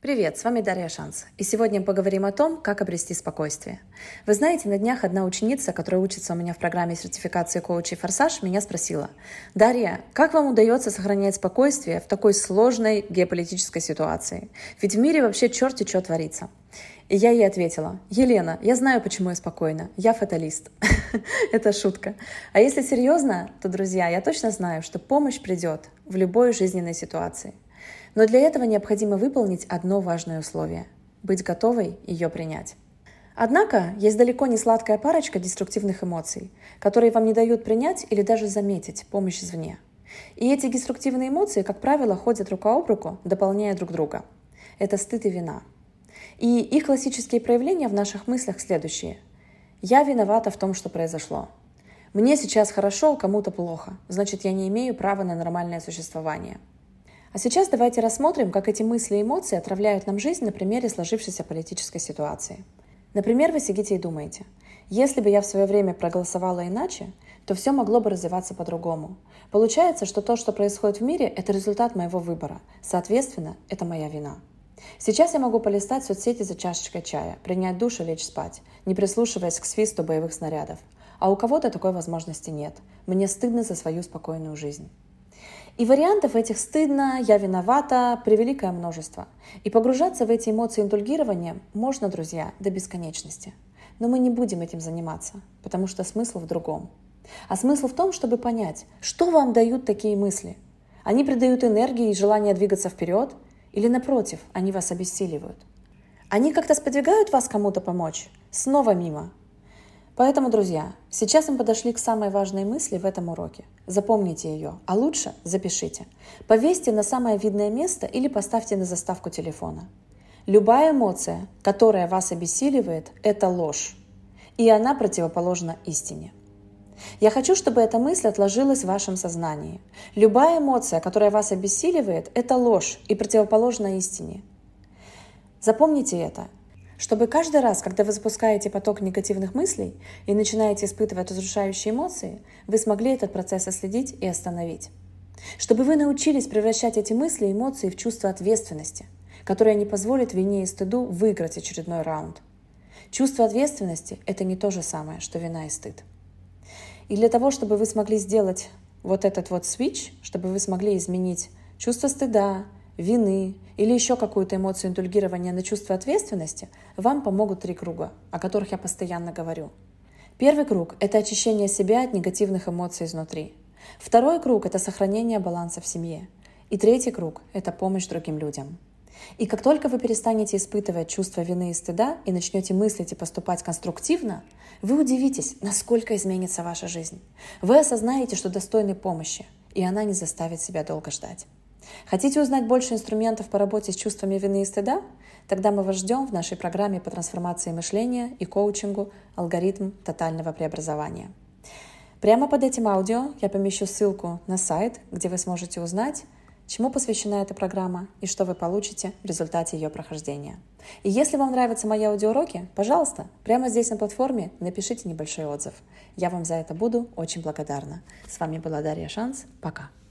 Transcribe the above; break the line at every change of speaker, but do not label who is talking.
Привет, с вами Дарья Шанс. И сегодня мы поговорим о том, как обрести спокойствие. Вы знаете, на днях одна ученица, которая учится у меня в программе сертификации коучей «Форсаж», меня спросила: «Дарья, как вам удается сохранять спокойствие в такой сложной геополитической ситуации? Ведь в мире вообще черти что творится». И я ей ответила: «Елена, я знаю, почему я спокойна. Я фаталист». Это шутка. А если серьезно, то, друзья, я точно знаю, что помощь придет в любой жизненной ситуации. Но для этого необходимо выполнить одно важное условие – быть готовой ее принять. Однако есть далеко не сладкая парочка деструктивных эмоций, которые вам не дают принять или даже заметить помощь извне. И эти деструктивные эмоции, как правило, ходят рука об руку, дополняя друг друга. Это стыд и вина. И их классические проявления в наших мыслях следующие. «Я виновата в том, что произошло». «Мне сейчас хорошо, кому-то плохо, значит, я не имею права на нормальное существование». А сейчас давайте рассмотрим, как эти мысли и эмоции отравляют нам жизнь на примере сложившейся политической ситуации. Например, вы сидите и думаете: если бы я в свое время проголосовала иначе, то все могло бы развиваться по-другому. Получается, что то, что происходит в мире, это результат моего выбора. Соответственно, это моя вина. Сейчас я могу полистать соцсети за чашечкой чая, принять душ и лечь спать, не прислушиваясь к свисту боевых снарядов. А у кого-то такой возможности нет. Мне стыдно за свою спокойную жизнь. И вариантов этих «стыдно», «я виновата» превеликое множество. И погружаться в эти эмоции индульгирования можно, друзья, до бесконечности. Но мы не будем этим заниматься, потому что смысл в другом. А смысл в том, чтобы понять, что вам дают такие мысли. Они придают энергии и желание двигаться вперед, или напротив, они вас обессиливают. Они как-то сподвигают вас кому-то помочь? Снова мимо. Поэтому, друзья, сейчас мы подошли к самой важной мысли в этом уроке. Запомните ее, а лучше запишите. Повесьте на самое видное место или поставьте на заставку телефона. Любая эмоция, которая вас обессиливает, это ложь. И она противоположна истине. Я хочу, чтобы эта мысль отложилась в вашем сознании. Любая эмоция, которая вас обессиливает, это ложь и противоположна истине. Запомните это. Чтобы каждый раз, когда вы запускаете поток негативных мыслей и начинаете испытывать разрушающие эмоции, вы смогли этот процесс отследить и остановить. Чтобы вы научились превращать эти мысли и эмоции в чувство ответственности, которое не позволит вине и стыду выиграть очередной раунд. Чувство ответственности – это не то же самое, что вина и стыд. И для того, чтобы вы смогли сделать вот этот вот switch, чтобы вы смогли изменить чувство стыда, вины или еще какую-то эмоцию индульгирования на чувство ответственности, вам помогут 3 круга, о которых я постоянно говорю. Первый круг – это очищение себя от негативных эмоций изнутри. Второй круг – это сохранение баланса в семье. И третий круг – это помощь другим людям. И как только вы перестанете испытывать чувство вины и стыда и начнете мыслить и поступать конструктивно, вы удивитесь, насколько изменится ваша жизнь. Вы осознаете, что достойны помощи, и она не заставит себя долго ждать. Хотите узнать больше инструментов по работе с чувствами вины и стыда? Тогда мы вас ждем в нашей программе по трансформации мышления и коучингу «Алгоритм тотального преобразования». Прямо под этим аудио я помещу ссылку на сайт, где вы сможете узнать, чему посвящена эта программа и что вы получите в результате ее прохождения. И если вам нравятся мои аудиоуроки, пожалуйста, прямо здесь на платформе напишите небольшой отзыв. Я вам за это буду очень благодарна. С вами была Дарья Шанс. Пока.